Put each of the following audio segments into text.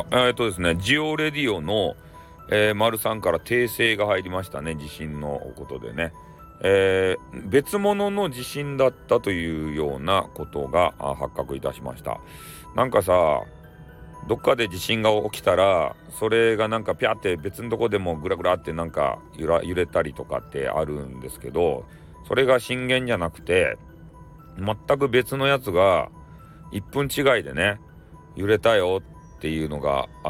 ですね、ジオレディオの、丸さんから訂正が入りましたね、地震のことでね。別物の地震だったというようなことが発覚いたしました。なんかさ、どっかで地震が起きたら、それがなんかピャって別のとこでもグラグラってなんか揺れたりとかってあるんですけど、それが震源じゃなくて、全く別のやつが1分違いでね、揺れたよっていうのがあって、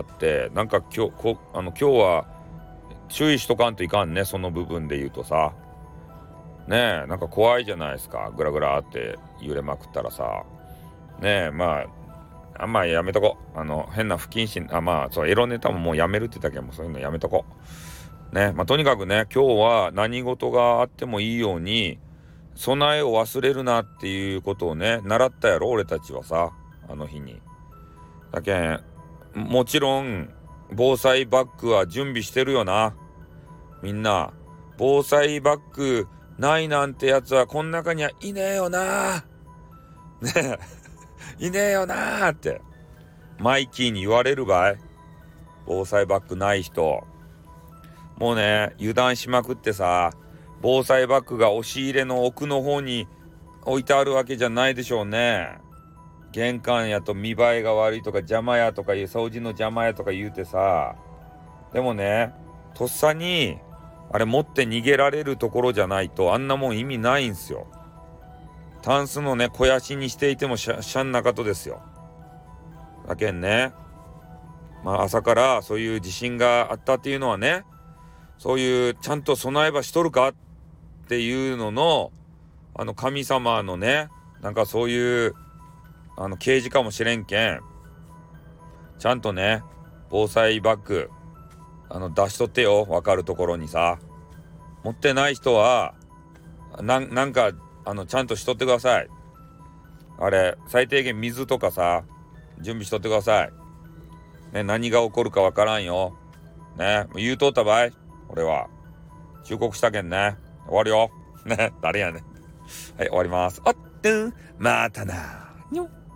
なんか今日は注意しとかんといかんね、その部分で言うとさ。ねえ、なんか怖いじゃないですか。グラグラって揺れまくったらさ。ねえ、あんまやめとこ。変な不謹慎、そう、エロネタももうやめるって言ったけど、もうそういうのやめとこ。ね、とにかくね、今日は何事があってもいいように、備えを忘れるなっていうことをね、習ったやろ、俺たちはさ、あの日に。だけん、もちろん、防災バッグは準備してるよな。みんな、防災バッグないなんてやつはこん中にはいねえよな。ねえ、いねえよなって、マイキーに言われるばい。防災バッグない人。もうね、油断しまくってさ、防災バッグが押し入れの奥の方に置いてあるわけじゃないでしょうね。玄関やと見栄えが悪いとか邪魔やとか掃除の邪魔やとか言うてさ、でもね、とっさにあれ持って逃げられるところじゃないとあんなもん意味ないんすよ。タンスのね、肥やしにしていてもしゃんなかとですよ。だけんね、朝からそういう地震があったっていうのはね、そういうちゃんと備えばしとるかっていうのの、神様のね、なんかそういう啓示かもしれんけん、ちゃんとね、防災バッグ出しとってよ、わかるところにさ。持ってない人はなんかちゃんとしとってください。あれ最低限水とかさ、準備しとってくださいね。何が起こるかわからんよね。もう言うとったばい。俺は忠告したけんね。終わるよね。誰やねん。はい、終わります。またなにょ。